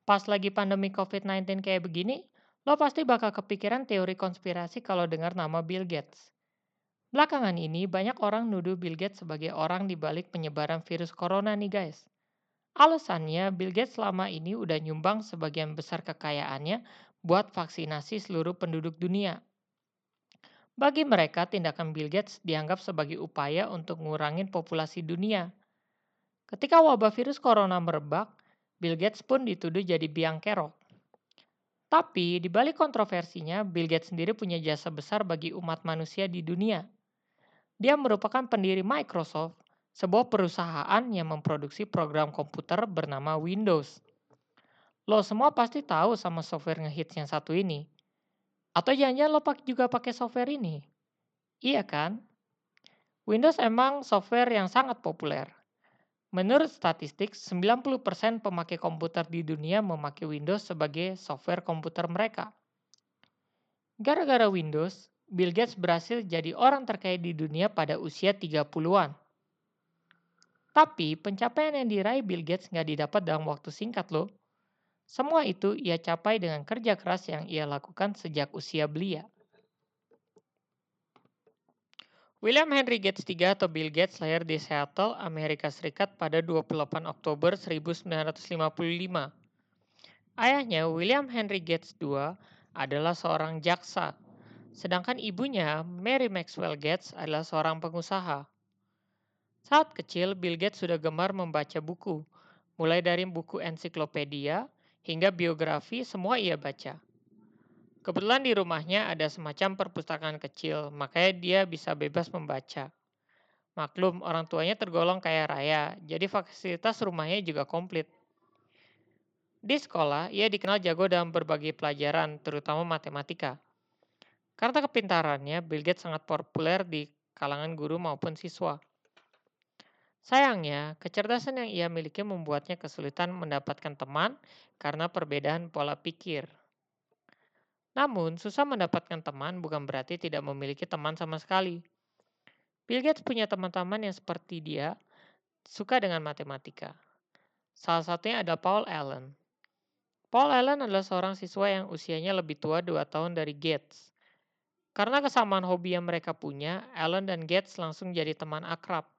Pas lagi pandemi COVID-19 kayak begini, lo pasti bakal kepikiran teori konspirasi kalau dengar nama Bill Gates. Belakangan ini, banyak orang nuduh Bill Gates sebagai orang di balik penyebaran virus corona nih guys. Alasannya, Bill Gates selama ini udah nyumbang sebagian besar kekayaannya buat vaksinasi seluruh penduduk dunia. Bagi mereka, tindakan Bill Gates dianggap sebagai upaya untuk ngurangin populasi dunia. Ketika wabah virus corona merebak, Bill Gates pun dituduh jadi biang kerok. Tapi di balik kontroversinya, Bill Gates sendiri punya jasa besar bagi umat manusia di dunia. Dia merupakan pendiri Microsoft, sebuah perusahaan yang memproduksi program komputer bernama Windows. Lo semua pasti tahu sama software ngehits yang satu ini. Atau jangan-jangan lo juga pakai software ini? Iya kan? Windows emang software yang sangat populer. Menurut statistik, 90% pemakai komputer di dunia memakai Windows sebagai software komputer mereka. Gara-gara Windows, Bill Gates berhasil jadi orang terkaya di dunia pada usia 30-an. Tapi pencapaian yang diraih Bill Gates nggak didapat dalam waktu singkat loh. Semua itu ia capai dengan kerja keras yang ia lakukan sejak usia belia. William Henry Gates III atau Bill Gates lahir di Seattle, Amerika Serikat pada 28 Oktober 1955. Ayahnya, William Henry Gates II, adalah seorang jaksa. Sedangkan ibunya, Mary Maxwell Gates, adalah seorang pengusaha. Saat kecil, Bill Gates sudah gemar membaca buku, mulai dari buku ensiklopedia hingga biografi semua ia baca. Kebetulan di rumahnya ada semacam perpustakaan kecil, makanya dia bisa bebas membaca. Maklum, orang tuanya tergolong kaya raya, jadi fasilitas rumahnya juga komplit. Di sekolah, ia dikenal jago dalam berbagai pelajaran, terutama matematika. Karena kepintarannya, Bill Gates sangat populer di kalangan guru maupun siswa. Sayangnya, kecerdasan yang ia miliki membuatnya kesulitan mendapatkan teman karena perbedaan pola pikir. Namun, susah mendapatkan teman bukan berarti tidak memiliki teman sama sekali. Bill Gates punya teman-teman yang seperti dia, suka dengan matematika. Salah satunya adalah Paul Allen. Paul Allen adalah seorang siswa yang usianya lebih tua 2 tahun dari Gates. Karena kesamaan hobi yang mereka punya, Allen dan Gates langsung jadi teman akrab.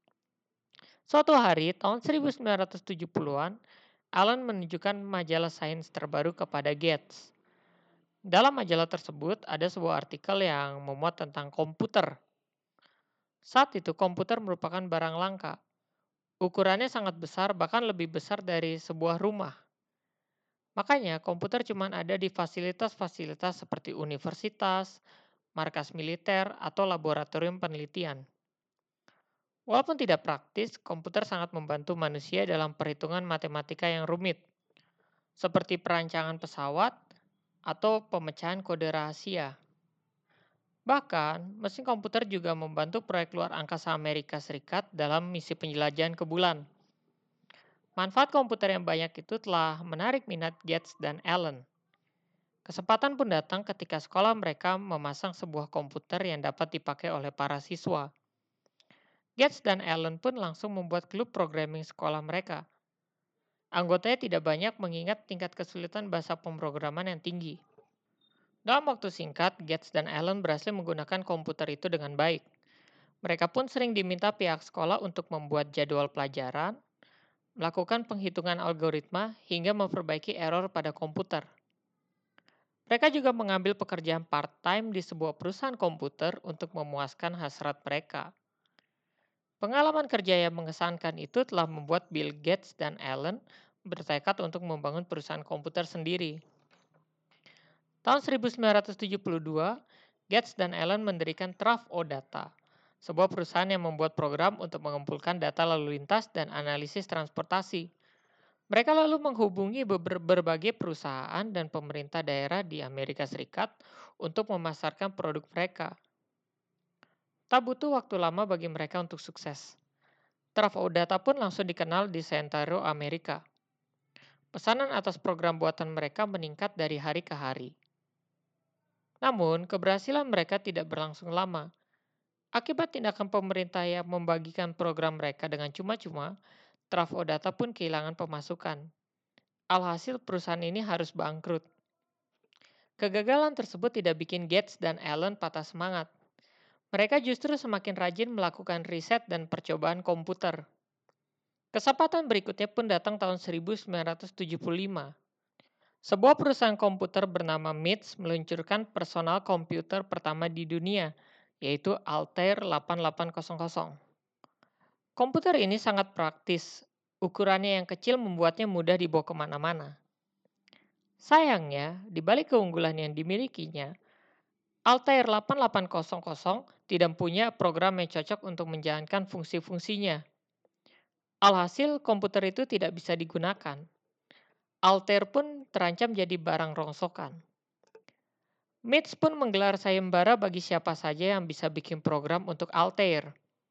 Suatu hari, tahun 1970-an, Allen menunjukkan majalah sains terbaru kepada Gates. Dalam majalah tersebut ada sebuah artikel yang memuat tentang komputer. Saat itu komputer merupakan barang langka. Ukurannya sangat besar, bahkan lebih besar dari sebuah rumah. Makanya komputer cuma ada di fasilitas-fasilitas seperti universitas, markas militer, atau laboratorium penelitian. Walaupun tidak praktis, komputer sangat membantu manusia dalam perhitungan matematika yang rumit, seperti perancangan pesawat atau pemecahan kode rahasia. Bahkan, mesin komputer juga membantu proyek luar angkasa Amerika Serikat dalam misi penjelajahan ke bulan. Manfaat komputer yang banyak itu telah menarik minat Gates dan Allen. Kesempatan pun datang ketika sekolah mereka memasang sebuah komputer yang dapat dipakai oleh para siswa. Gates dan Allen pun langsung membuat klub programming sekolah mereka. Anggotanya tidak banyak mengingat tingkat kesulitan bahasa pemrograman yang tinggi. Dalam waktu singkat, Gates dan Allen berhasil menggunakan komputer itu dengan baik. Mereka pun sering diminta pihak sekolah untuk membuat jadwal pelajaran, melakukan penghitungan algoritma, hingga memperbaiki error pada komputer. Mereka juga mengambil pekerjaan part-time di sebuah perusahaan komputer untuk memuaskan hasrat mereka. Pengalaman kerja yang mengesankan itu telah membuat Bill Gates dan Allen bertekad untuk membangun perusahaan komputer sendiri. Tahun 1972, Gates dan Allen mendirikan Trafo Data, sebuah perusahaan yang membuat program untuk mengumpulkan data lalu lintas dan analisis transportasi. Mereka lalu menghubungi berbagai perusahaan dan pemerintah daerah di Amerika Serikat untuk memasarkan produk mereka. Tak butuh waktu lama bagi mereka untuk sukses. Trafo Data pun langsung dikenal di seantero Amerika. Pesanan atas program buatan mereka meningkat dari hari ke hari. Namun, keberhasilan mereka tidak berlangsung lama. Akibat tindakan pemerintah yang membagikan program mereka dengan cuma-cuma, Trafo Data pun kehilangan pemasukan. Alhasil perusahaan ini harus bangkrut. Kegagalan tersebut tidak bikin Gates dan Allen patah semangat. Mereka justru semakin rajin melakukan riset dan percobaan komputer. Kesempatan berikutnya pun datang tahun 1975. Sebuah perusahaan komputer bernama MITS meluncurkan personal komputer pertama di dunia, yaitu Altair 8800. Komputer ini sangat praktis. Ukurannya yang kecil membuatnya mudah dibawa kemana-mana. Sayangnya, di balik keunggulan yang dimilikinya, Altair 8800 tidak punya program yang cocok untuk menjalankan fungsi-fungsinya. Alhasil, komputer itu tidak bisa digunakan. Altair pun terancam jadi barang rongsokan. MITS pun menggelar sayembara bagi siapa saja yang bisa bikin program untuk Altair.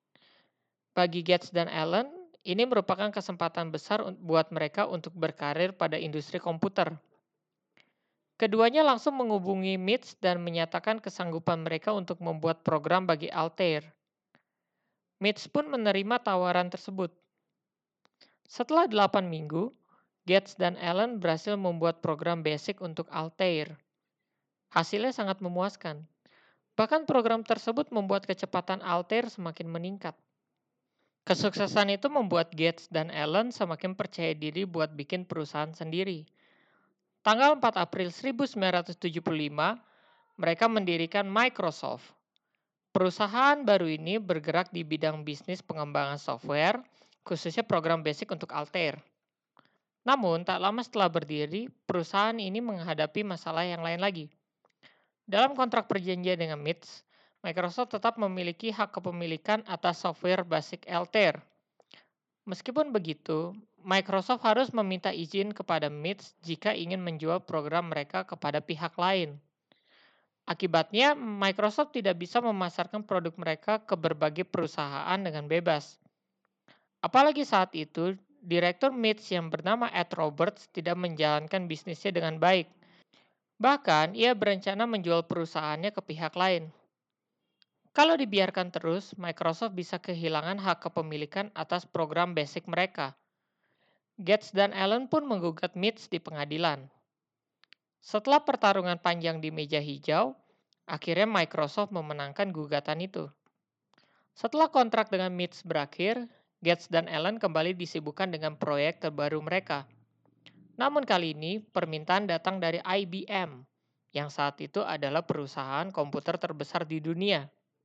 Bagi Gates dan Allen, ini merupakan kesempatan besar buat mereka untuk berkarir pada industri komputer. Keduanya langsung menghubungi MITS dan menyatakan kesanggupan mereka untuk membuat program bagi Altair. MITS pun menerima tawaran tersebut. Setelah 8 minggu, Gates dan Allen berhasil membuat program basic untuk Altair. Hasilnya sangat memuaskan. Bahkan program tersebut membuat kecepatan Altair semakin meningkat. Kesuksesan itu membuat Gates dan Allen semakin percaya diri buat bikin perusahaan sendiri. Tanggal 4 April 1975, mereka mendirikan Microsoft. Perusahaan baru ini bergerak di bidang bisnis pengembangan software, khususnya program basic untuk Altair. Namun, tak lama setelah berdiri, perusahaan ini menghadapi masalah yang lain lagi. Dalam kontrak perjanjian dengan MITS, Microsoft tetap memiliki hak kepemilikan atas software basic Altair. Meskipun begitu, Microsoft harus meminta izin kepada MITS jika ingin menjual program mereka kepada pihak lain. Akibatnya, Microsoft tidak bisa memasarkan produk mereka ke berbagai perusahaan dengan bebas. Apalagi saat itu, Direktur MITS yang bernama Ed Roberts tidak menjalankan bisnisnya dengan baik. Bahkan, ia berencana menjual perusahaannya ke pihak lain. Kalau dibiarkan terus, Microsoft bisa kehilangan hak kepemilikan atas program basic mereka. Gates dan Allen pun menggugat MITS di pengadilan. Setelah pertarungan panjang di meja hijau, akhirnya Microsoft memenangkan gugatan itu. Setelah kontrak dengan MITS berakhir, Gates dan Allen kembali disibukkan dengan proyek terbaru mereka. Namun kali ini permintaan datang dari IBM, yang saat itu adalah perusahaan komputer terbesar di dunia.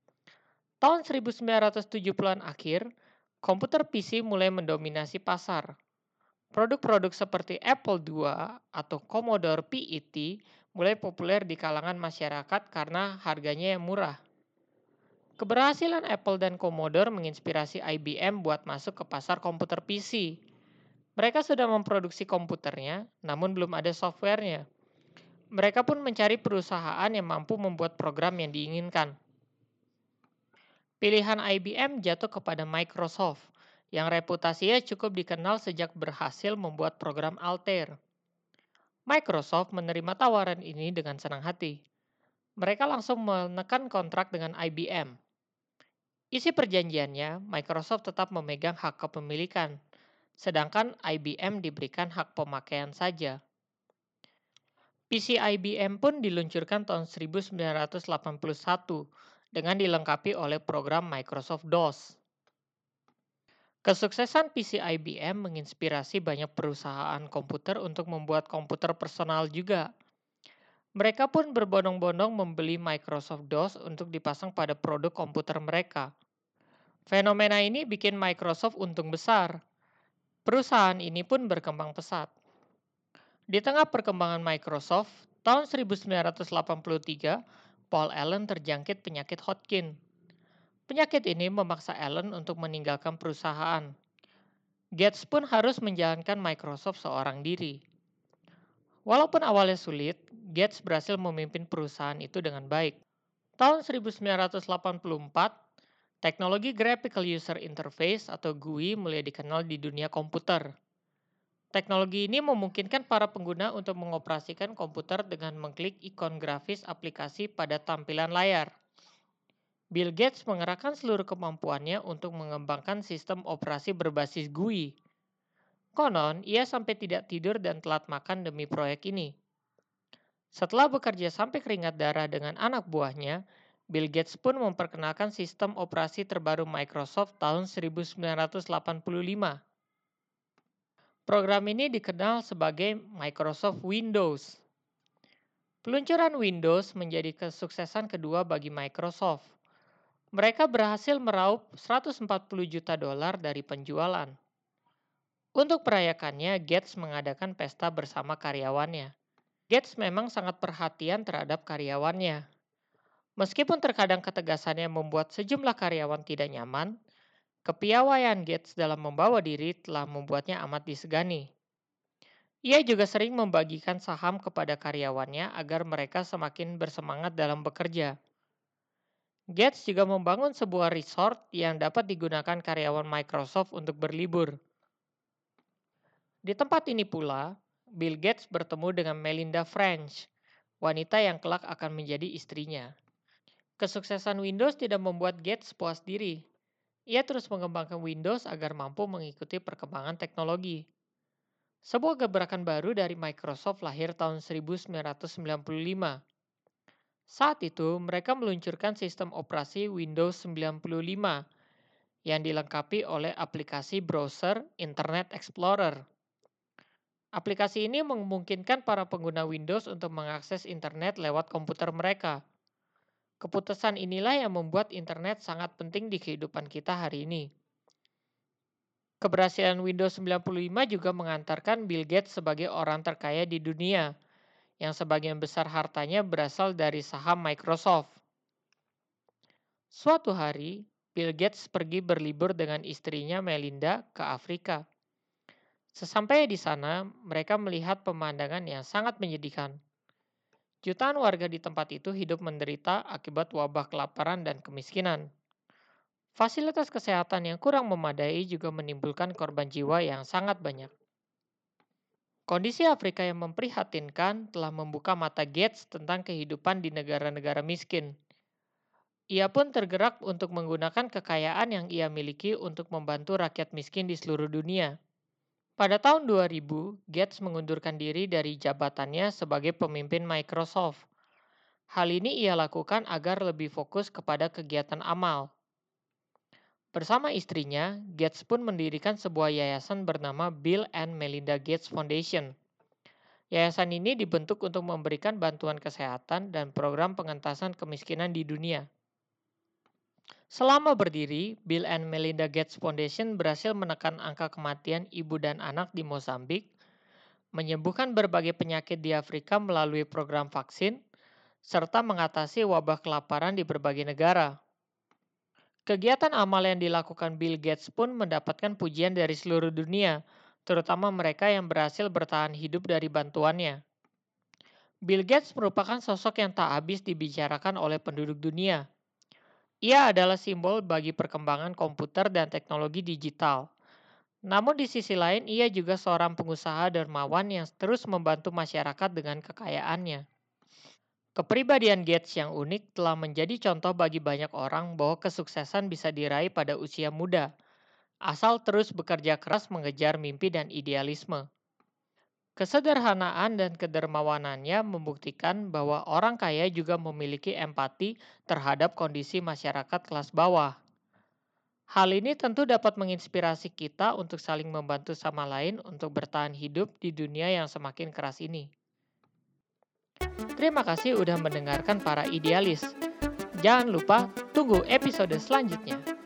Tahun 1970-an akhir, komputer PC mulai mendominasi pasar. Produk-produk seperti Apple II atau Commodore PET mulai populer di kalangan masyarakat karena harganya yang murah. Keberhasilan Apple dan Commodore menginspirasi IBM buat masuk ke pasar komputer PC. Mereka sudah memproduksi komputernya, namun belum ada softwarenya. Mereka pun mencari perusahaan yang mampu membuat program yang diinginkan. Pilihan IBM jatuh kepada Microsoft, yang reputasinya cukup dikenal sejak berhasil membuat program Altair. Microsoft menerima tawaran ini dengan senang hati. Mereka langsung menekan kontrak dengan IBM. Isi perjanjiannya, Microsoft tetap memegang hak kepemilikan, sedangkan IBM diberikan hak pemakaian saja. PC IBM pun diluncurkan tahun 1981 dengan dilengkapi oleh program Microsoft DOS. Kesuksesan PC IBM menginspirasi banyak perusahaan komputer untuk membuat komputer personal juga. Mereka pun berbondong-bondong membeli Microsoft DOS untuk dipasang pada produk komputer mereka. Fenomena ini bikin Microsoft untung besar. Perusahaan ini pun berkembang pesat. Di tengah perkembangan Microsoft, tahun 1983, Paul Allen terjangkit penyakit Hodgkin. Penyakit ini memaksa Allen untuk meninggalkan perusahaan. Gates pun harus menjalankan Microsoft seorang diri. Walaupun awalnya sulit, Gates berhasil memimpin perusahaan itu dengan baik. Tahun 1984, teknologi Graphical User Interface atau GUI mulai dikenal di dunia komputer. Teknologi ini memungkinkan para pengguna untuk mengoperasikan komputer dengan mengklik ikon grafis aplikasi pada tampilan layar. Bill Gates mengerahkan seluruh kemampuannya untuk mengembangkan sistem operasi berbasis GUI. Konon, ia sampai tidak tidur dan telat makan demi proyek ini. Setelah bekerja sampai keringat darah dengan anak buahnya, Bill Gates pun memperkenalkan sistem operasi terbaru Microsoft tahun 1985. Program ini dikenal sebagai Microsoft Windows. Peluncuran Windows menjadi kesuksesan kedua bagi Microsoft. Mereka berhasil meraup $140 juta dari penjualan. Untuk merayakannya, Gates mengadakan pesta bersama karyawannya. Gates memang sangat perhatian terhadap karyawannya. Meskipun terkadang ketegasannya membuat sejumlah karyawan tidak nyaman, kepiawaian Gates dalam membawa diri telah membuatnya amat disegani. Ia juga sering membagikan saham kepada karyawannya agar mereka semakin bersemangat dalam bekerja. Gates juga membangun sebuah resort yang dapat digunakan karyawan Microsoft untuk berlibur. Di tempat ini pula, Bill Gates bertemu dengan Melinda French, wanita yang kelak akan menjadi istrinya. Kesuksesan Windows tidak membuat Gates puas diri. Ia terus mengembangkan Windows agar mampu mengikuti perkembangan teknologi. Sebuah gebrakan baru dari Microsoft lahir tahun 1995. Saat itu, mereka meluncurkan sistem operasi Windows 95 yang dilengkapi oleh aplikasi browser Internet Explorer. Aplikasi ini memungkinkan para pengguna Windows untuk mengakses internet lewat komputer mereka. Keputusan inilah yang membuat internet sangat penting di kehidupan kita hari ini. Keberhasilan Windows 95 juga mengantarkan Bill Gates sebagai orang terkaya di dunia, yang sebagian besar hartanya berasal dari saham Microsoft. Suatu hari, Bill Gates pergi berlibur dengan istrinya Melinda ke Afrika. Sesampai di sana, mereka melihat pemandangan yang sangat menyedihkan. Jutaan warga di tempat itu hidup menderita akibat wabah kelaparan dan kemiskinan. Fasilitas kesehatan yang kurang memadai juga menimbulkan korban jiwa yang sangat banyak. Kondisi Afrika yang memprihatinkan telah membuka mata Gates tentang kehidupan di negara-negara miskin. Ia pun tergerak untuk menggunakan kekayaan yang ia miliki untuk membantu rakyat miskin di seluruh dunia. Pada tahun 2000, Gates mengundurkan diri dari jabatannya sebagai pemimpin Microsoft. Hal ini ia lakukan agar lebih fokus kepada kegiatan amal. Bersama istrinya, Gates pun mendirikan sebuah yayasan bernama Bill and Melinda Gates Foundation. Yayasan ini dibentuk untuk memberikan bantuan kesehatan dan program pengentasan kemiskinan di dunia. Selama berdiri, Bill and Melinda Gates Foundation berhasil menekan angka kematian ibu dan anak di Mozambik, menyembuhkan berbagai penyakit di Afrika melalui program vaksin, serta mengatasi wabah kelaparan di berbagai negara. Kegiatan amal yang dilakukan Bill Gates pun mendapatkan pujian dari seluruh dunia, terutama mereka yang berhasil bertahan hidup dari bantuannya. Bill Gates merupakan sosok yang tak habis dibicarakan oleh penduduk dunia. Ia adalah simbol bagi perkembangan komputer dan teknologi digital. Namun di sisi lain, ia juga seorang pengusaha dermawan yang terus membantu masyarakat dengan kekayaannya. Kepribadian Gates yang unik telah menjadi contoh bagi banyak orang bahwa kesuksesan bisa diraih pada usia muda, asal terus bekerja keras mengejar mimpi dan idealisme. Kesederhanaan dan kedermawanannya membuktikan bahwa orang kaya juga memiliki empati terhadap kondisi masyarakat kelas bawah. Hal ini tentu dapat menginspirasi kita untuk saling membantu sama lain untuk bertahan hidup di dunia yang semakin keras ini. Terima kasih udah mendengarkan para idealis. Jangan lupa tunggu episode selanjutnya.